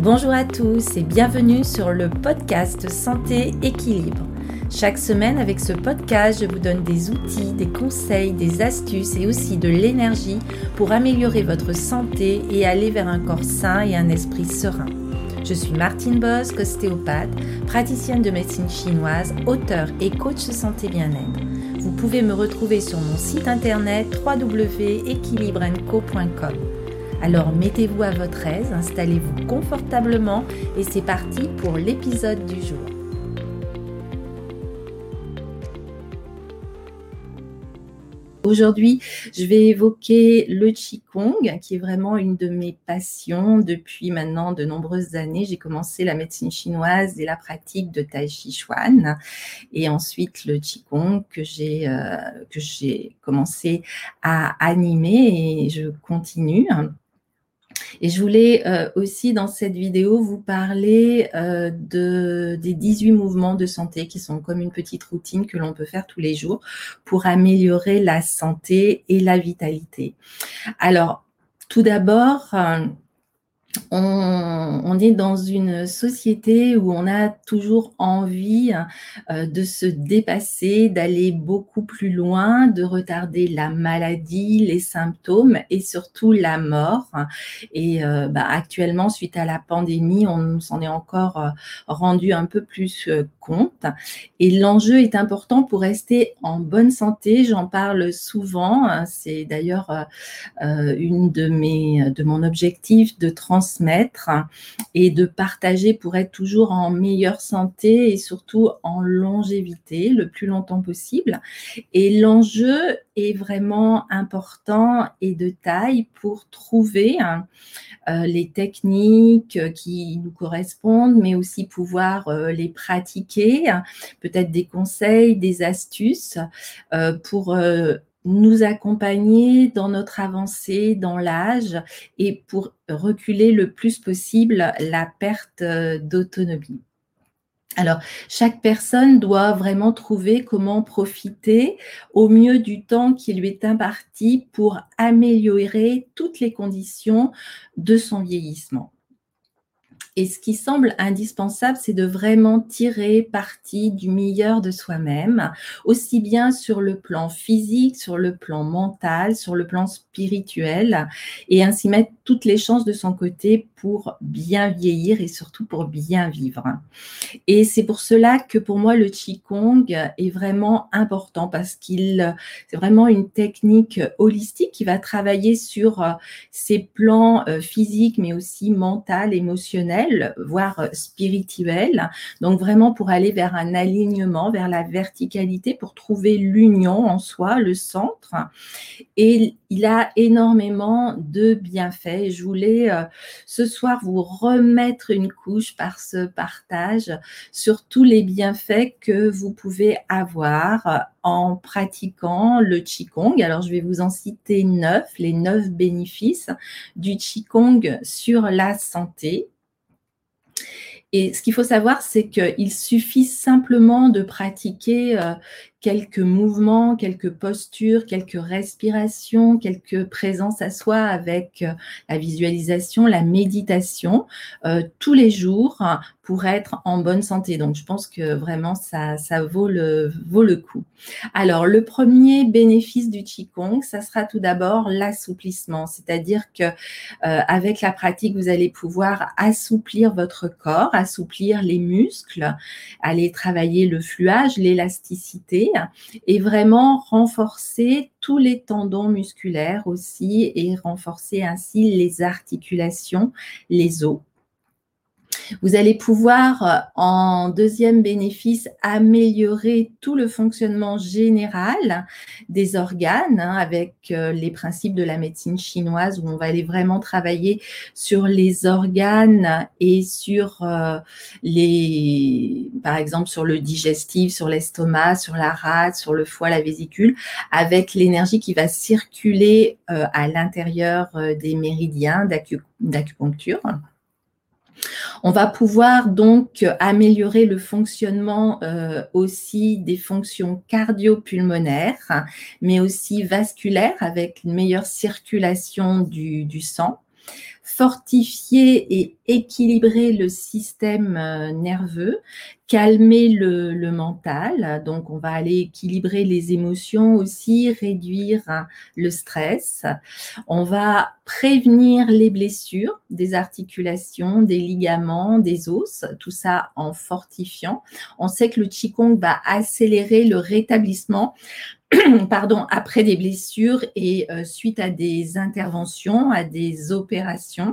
Bonjour à tous et bienvenue sur le podcast Santé Équilibre. Chaque semaine avec ce podcast, je vous donne des outils, des conseils, des astuces et aussi de l'énergie pour améliorer votre santé et aller vers un corps sain et un esprit serein. Je suis Martine Bosc, ostéopathe, praticienne de médecine chinoise, auteure et coach santé bien-être. Vous pouvez me retrouver sur mon site internet www.equilibrenco.com. Alors mettez-vous à votre aise, installez-vous confortablement et c'est parti pour l'épisode du jour. Aujourd'hui, je vais évoquer le Qigong, qui est vraiment une de mes passions depuis maintenant de nombreuses années. J'ai commencé la médecine chinoise et la pratique de Tai Chi Chuan et ensuite le Qigong que j'ai commencé à animer et je continue. Et je voulais aussi dans cette vidéo vous parler des 18 mouvements de santé qui sont comme une petite routine que l'on peut faire tous les jours pour améliorer la santé et la vitalité. Alors, tout d'abord, on est dans une société où on a toujours envie de se dépasser, d'aller beaucoup plus loin, de retarder la maladie, les symptômes et surtout la mort. Et actuellement, suite à la pandémie, on s'en est encore rendu un peu plus compte. Et l'enjeu est important pour rester en bonne santé. J'en parle souvent. C'est d'ailleurs une de mon objectif de transmettre et de partager pour être toujours en meilleure santé et surtout en longévité le plus longtemps possible. Et l'enjeu est vraiment important et de taille pour trouver les techniques qui nous correspondent, mais aussi pouvoir les pratiquer, peut-être des conseils, des astuces pour nous accompagner dans notre avancée, dans l'âge et pour reculer le plus possible la perte d'autonomie. Alors, chaque personne doit vraiment trouver comment profiter au mieux du temps qui lui est imparti pour améliorer toutes les conditions de son vieillissement. Et ce qui semble indispensable, c'est de vraiment tirer parti du meilleur de soi-même, aussi bien sur le plan physique, sur le plan mental, sur le plan spirituel, et ainsi mettre toutes les chances de son côté pour bien vieillir et surtout pour bien vivre. Et c'est pour cela que pour moi, le Qigong est vraiment important parce c'est vraiment une technique holistique qui va travailler sur ces plans physiques, mais aussi mental, émotionnel, voire spirituel. Donc vraiment pour aller vers un alignement, vers la verticalité, pour trouver l'union en soi, le centre. Et il a énormément de bienfaits. Je voulais ce soir vous remettre une couche par ce partage sur tous les bienfaits que vous pouvez avoir en pratiquant le Qigong. Alors, je vais vous en citer 9, les 9 bénéfices du Qigong sur la santé. Et ce qu'il faut savoir, c'est qu'il suffit simplement de pratiquer quelques mouvements, quelques postures, quelques respirations, quelques présences à soi avec la visualisation, la méditation tous les jours pour être en bonne santé. Donc, je pense que vraiment, ça vaut le coup. Alors, le premier bénéfice du Qigong, ça sera tout d'abord l'assouplissement. C'est-à-dire que avec la pratique, vous allez pouvoir assouplir votre corps, assouplir les muscles, aller travailler le fluage, l'élasticité et vraiment renforcer tous les tendons musculaires aussi et renforcer ainsi les articulations, les os. Vous allez pouvoir, en deuxième bénéfice, améliorer tout le fonctionnement général des organes avec les principes de la médecine chinoise où on va aller vraiment travailler sur les organes et sur par exemple, sur le digestif, sur l'estomac, sur la rate, sur le foie, la vésicule, avec l'énergie qui va circuler à l'intérieur des méridiens d'acupuncture. On va pouvoir donc améliorer le fonctionnement aussi des fonctions cardio-pulmonaires, mais aussi vasculaires avec une meilleure circulation du sang. fortifier et équilibrer le système nerveux, calmer le mental. Donc, on va aller équilibrer les émotions aussi, réduire le stress. On va prévenir les blessures des articulations, des ligaments, des os, tout ça en fortifiant. On sait que le Qigong va accélérer le rétablissement après des blessures et suite à des interventions, à des opérations.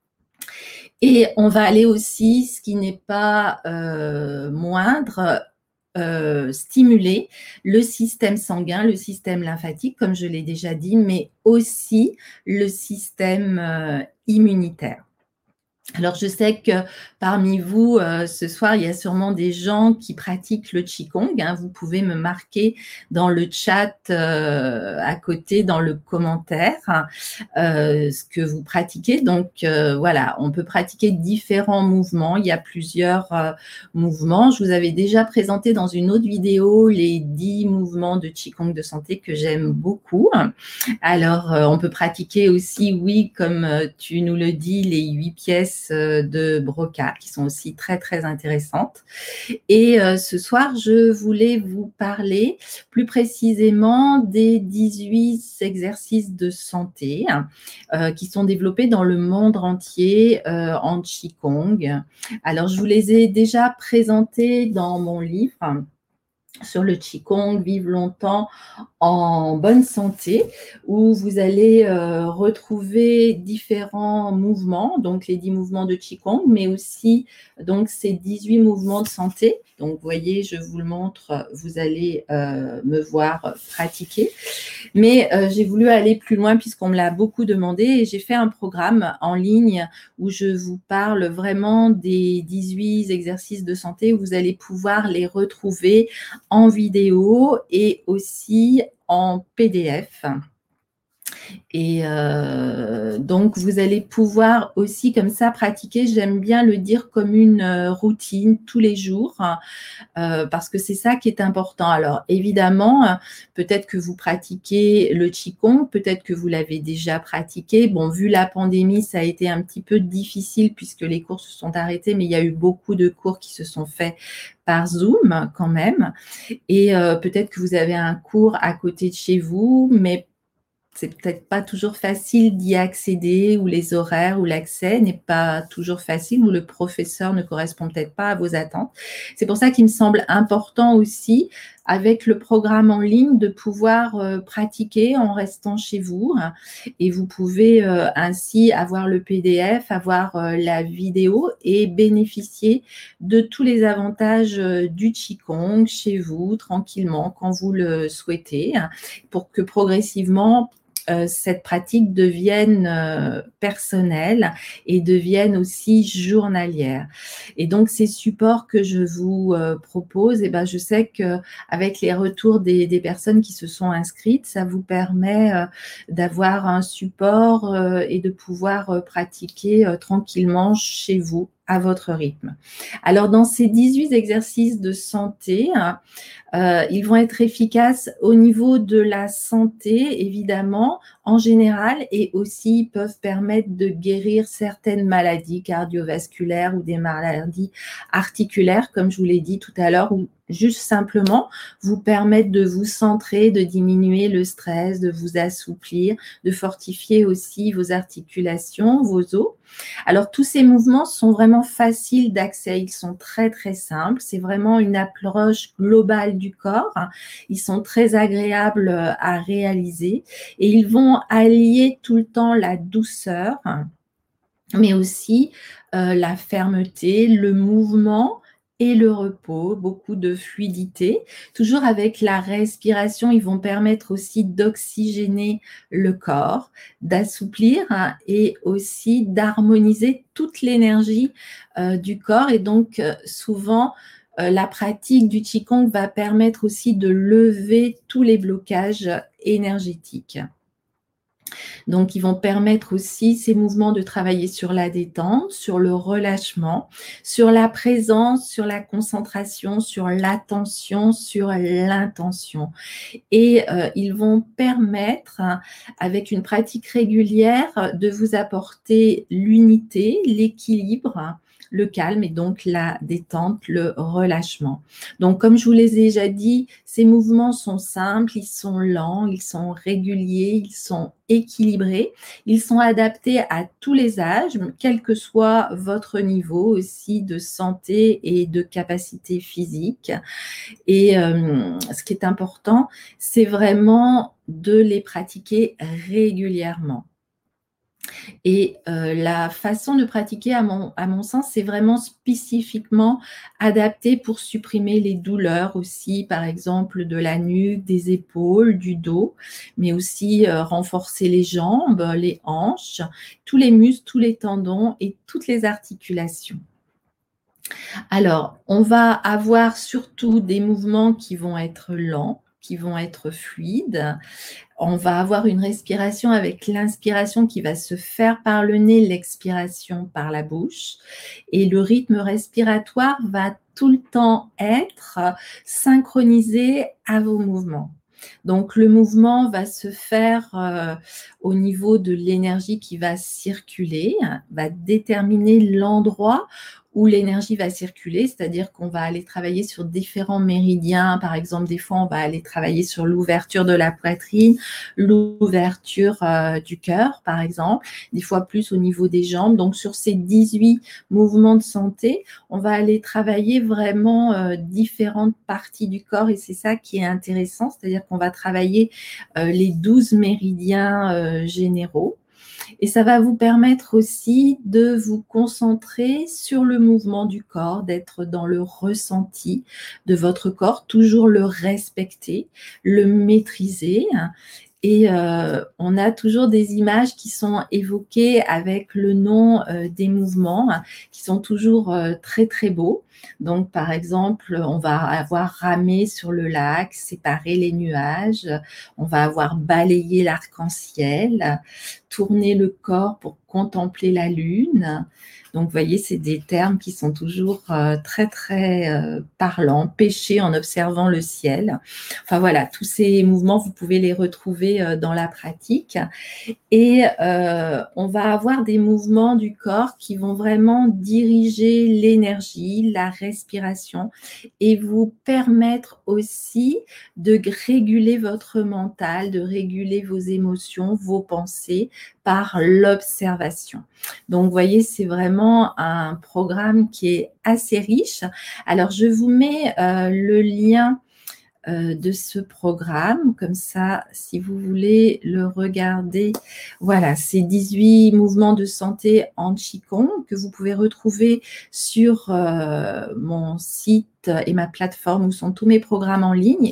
Et on va aller aussi, ce qui n'est pas moindre, stimuler le système sanguin, le système lymphatique, comme je l'ai déjà dit, mais aussi le système immunitaire. Alors, je sais que parmi vous, ce soir, il y a sûrement des gens qui pratiquent le Qigong. Vous pouvez me marquer dans le chat à côté, dans le commentaire, ce que vous pratiquez. Donc, voilà, on peut pratiquer différents mouvements. Il y a plusieurs mouvements. Je vous avais déjà présenté dans une autre vidéo les 10 mouvements de Qigong de santé que j'aime beaucoup. Alors, on peut pratiquer aussi, oui, comme tu nous le dis, les 8 pièces de Broca, qui sont aussi très, très intéressantes. Et ce soir, je voulais vous parler plus précisément des 18 exercices de santé qui sont développés dans le monde entier en Qigong. Alors, je vous les ai déjà présentés dans mon livre sur le Qigong, Vivre longtemps en bonne santé, où vous allez retrouver différents mouvements, donc les 10 mouvements de Qigong, mais aussi donc ces 18 mouvements de santé. Donc, vous voyez, je vous le montre, vous allez me voir pratiquer. Mais j'ai voulu aller plus loin puisqu'on me l'a beaucoup demandé et j'ai fait un programme en ligne où je vous parle vraiment des 18 exercices de santé où vous allez pouvoir les retrouver en vidéo et aussi en PDF. Et donc, vous allez pouvoir aussi comme ça pratiquer, j'aime bien le dire comme une routine tous les jours, parce que c'est ça qui est important. Alors, évidemment, peut-être que vous pratiquez le Qigong, peut-être que vous l'avez déjà pratiqué. Bon, vu la pandémie, ça a été un petit peu difficile puisque les cours se sont arrêtés, mais il y a eu beaucoup de cours qui se sont faits par Zoom quand même. Et peut-être que vous avez un cours à côté de chez vous, mais c'est peut-être pas toujours facile d'y accéder, ou les horaires ou l'accès n'est pas toujours facile, ou le professeur ne correspond peut-être pas à vos attentes. C'est pour ça qu'il me semble important aussi, avec le programme en ligne, de pouvoir pratiquer en restant chez vous. Et vous pouvez ainsi avoir le PDF, avoir la vidéo et bénéficier de tous les avantages du Qigong chez vous, tranquillement, quand vous le souhaitez, pour que progressivement, cette pratique devienne personnelle et devienne aussi journalière. Et donc, ces supports que je vous propose, eh ben, je sais qu'avec les retours des personnes qui se sont inscrites, ça vous permet d'avoir un support et de pouvoir pratiquer tranquillement chez vous à votre rythme. Alors, dans ces 18 exercices de santé, ils vont être efficaces au niveau de la santé, évidemment, en général, et aussi peuvent permettre de guérir certaines maladies cardiovasculaires ou des maladies articulaires, comme je vous l'ai dit tout à l'heure, ou juste simplement vous permettre de vous centrer, de diminuer le stress, de vous assouplir, de fortifier aussi vos articulations, vos os. Alors, tous ces mouvements sont vraiment faciles d'accès, ils sont très, très simples. C'est vraiment une approche globale du corps. Ils sont très agréables à réaliser et ils vont allier tout le temps la douceur, mais aussi la fermeté, le mouvement et le repos, beaucoup de fluidité. Toujours avec la respiration, ils vont permettre aussi d'oxygéner le corps, d'assouplir et aussi d'harmoniser toute l'énergie du corps. Et donc, souvent, la pratique du Qigong va permettre aussi de lever tous les blocages énergétiques. Donc, ils vont permettre aussi ces mouvements de travailler sur la détente, sur le relâchement, sur la présence, sur la concentration, sur l'attention, sur l'intention. Et ils vont permettre, avec une pratique régulière, de vous apporter l'unité, l'équilibre, le calme et donc la détente, le relâchement. Donc, comme je vous l'ai déjà dit, ces mouvements sont simples, ils sont lents, ils sont réguliers, ils sont équilibrés, ils sont adaptés à tous les âges, quel que soit votre niveau aussi de santé et de capacité physique. Et ce qui est important, c'est vraiment de les pratiquer régulièrement. Et la façon de pratiquer, à mon sens, c'est vraiment spécifiquement adapté pour supprimer les douleurs aussi, par exemple de la nuque, des épaules, du dos, mais aussi renforcer les jambes, les hanches, tous les muscles, tous les tendons et toutes les articulations. Alors, on va avoir surtout des mouvements qui vont être lents, qui vont être fluides. On va avoir une respiration avec l'inspiration qui va se faire par le nez, l'expiration par la bouche. Et le rythme respiratoire va tout le temps être synchronisé à vos mouvements. Donc, le mouvement va se faire au niveau de l'énergie qui va circuler, va déterminer l'endroit où l'énergie va circuler, c'est-à-dire qu'on va aller travailler sur différents méridiens. Par exemple, des fois, on va aller travailler sur l'ouverture de la poitrine, l'ouverture du cœur, par exemple, des fois plus au niveau des jambes. Donc, sur ces 18 mouvements de santé, on va aller travailler vraiment différentes parties du corps et c'est ça qui est intéressant, c'est-à-dire qu'on va travailler les 12 méridiens généraux. Et ça va vous permettre aussi de vous concentrer sur le mouvement du corps, d'être dans le ressenti de votre corps, toujours le respecter, le maîtriser. Et on a toujours des images qui sont évoquées avec le nom des mouvements, qui sont toujours très, très beaux. Donc, par exemple, on va avoir ramé sur le lac, séparé les nuages, on va avoir balayé l'arc-en-ciel, tourné le corps pour contempler la lune. Donc, vous voyez, c'est des termes qui sont toujours très, très parlants. Pêcher en observant le ciel. Enfin, voilà, tous ces mouvements, vous pouvez les retrouver dans la pratique. Et on va avoir des mouvements du corps qui vont vraiment diriger l'énergie, la respiration et vous permettre aussi de réguler votre mental, de réguler vos émotions, vos pensées par l'observation. Donc, vous voyez, c'est vraiment un programme qui est assez riche. Alors, je vous mets le lien de ce programme. Comme ça, si vous voulez le regarder, voilà, c'est 18 mouvements de santé en Qigong que vous pouvez retrouver sur mon site et ma plateforme où sont tous mes programmes en ligne,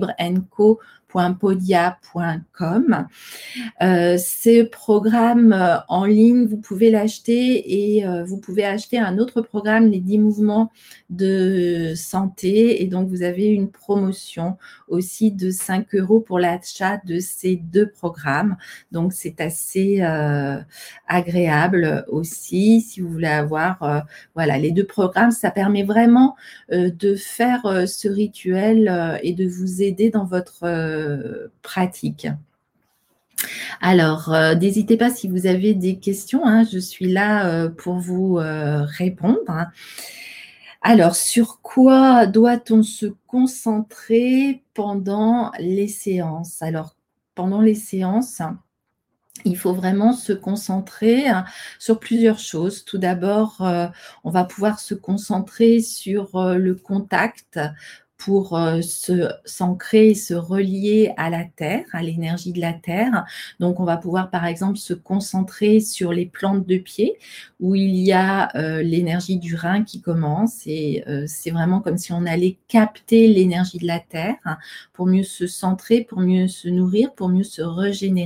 équilibreenco.podia.com. Ce programme en ligne, vous pouvez l'acheter et vous pouvez acheter un autre programme, les 10 mouvements de santé. Et donc, vous avez une promotion aussi de 5 € pour l'achat de ces 2 programmes. Donc, c'est assez agréable aussi si vous voulez avoir voilà, les 2 programmes. Ça permet vraiment de faire ce rituel et de vous aider dans votre pratique. Alors, n'hésitez pas si vous avez des questions, hein, je suis là pour vous répondre. Alors, sur quoi doit-on se concentrer pendant les séances? Alors, pendant les séances, il faut vraiment se concentrer sur plusieurs choses. Tout d'abord, on va pouvoir se concentrer sur le contact pour s'ancrer et se relier à la terre, à l'énergie de la terre. Donc, on va pouvoir, par exemple, se concentrer sur les plantes de pied où il y a l'énergie du rein qui commence et c'est vraiment comme si on allait capter l'énergie de la terre pour mieux se centrer, pour mieux se nourrir, pour mieux se régénérer.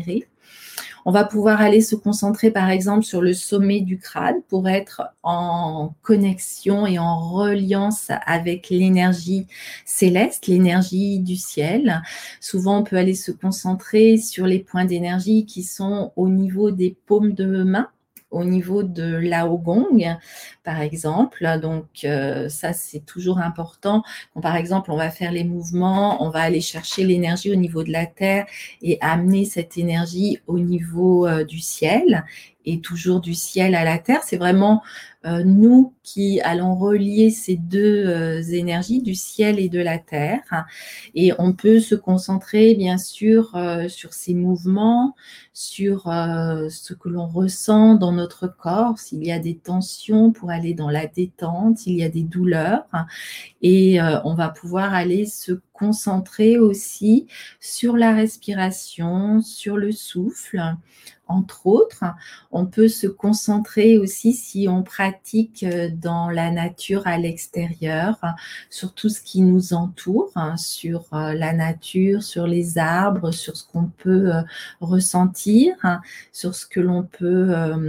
On va pouvoir aller se concentrer par exemple sur le sommet du crâne pour être en connexion et en reliance avec l'énergie céleste, l'énergie du ciel. Souvent, on peut aller se concentrer sur les points d'énergie qui sont au niveau des paumes de main, au niveau de l'Aogong, par exemple. Donc, ça, c'est toujours important. Quand, par exemple, on va faire les mouvements, on va aller chercher l'énergie au niveau de la terre et amener cette énergie au niveau du ciel, et toujours du ciel à la terre. C'est vraiment nous qui allons relier ces deux énergies, du ciel et de la terre. Et on peut se concentrer, bien sûr, sur ces mouvements, sur ce que l'on ressent dans notre corps, s'il y a des tensions pour aller dans la détente, s'il y a des douleurs. Et on va pouvoir aller se concentrer aussi sur la respiration, sur le souffle, entre autres. On peut se concentrer aussi, si on pratique dans la nature à l'extérieur, sur tout ce qui nous entoure, sur la nature, sur les arbres, sur ce qu'on peut ressentir, sur ce que l'on peut,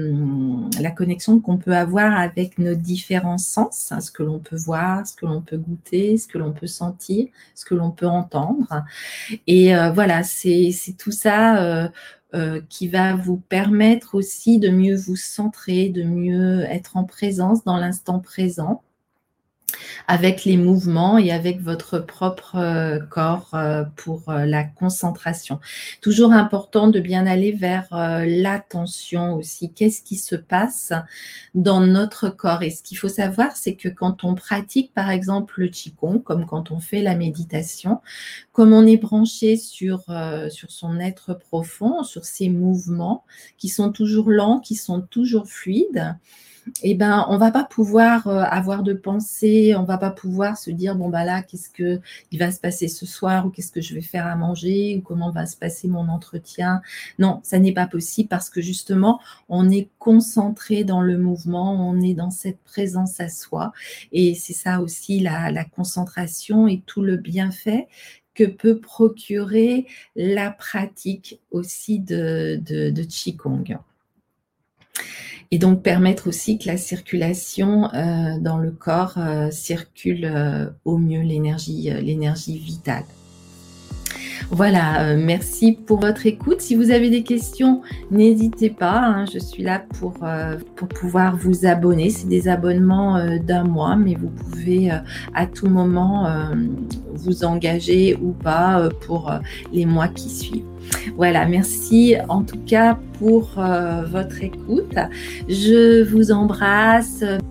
la connexion qu'on peut avoir avec nos différents sens, ce que l'on peut voir, ce que l'on peut goûter, ce que l'on peut sentir, ce que l'on peut entendre. Et voilà, c'est tout ça qui va vous permettre aussi de mieux vous centrer, de mieux être en présence dans l'instant présent, avec les mouvements et avec votre propre corps pour la concentration. Toujours important de bien aller vers l'attention aussi. Qu'est-ce qui se passe dans notre corps? Et ce qu'il faut savoir, c'est que quand on pratique, par exemple, le Qigong, comme quand on fait la méditation, comme on est branché sur son être profond, sur ces mouvements qui sont toujours lents, qui sont toujours fluides, eh ben, on va pas pouvoir avoir de pensée, on va pas pouvoir se dire bon bah là qu'est-ce que il va se passer ce soir, ou qu'est-ce que je vais faire à manger, ou comment va se passer mon entretien. Non, ça n'est pas possible, parce que justement on est concentré dans le mouvement, on est dans cette présence à soi, et c'est ça aussi la concentration et tout le bienfait que peut procurer la pratique aussi de Qigong. Et donc permettre aussi que la circulation dans le corps circule au mieux, l'énergie vitale. Voilà, merci pour votre écoute. Si vous avez des questions, n'hésitez pas, hein, je suis là pour pouvoir vous abonner. C'est des abonnements d'1 mois, mais vous pouvez à tout moment vous engager ou pas pour les mois qui suivent. Voilà, merci en tout cas pour votre écoute. Je vous embrasse.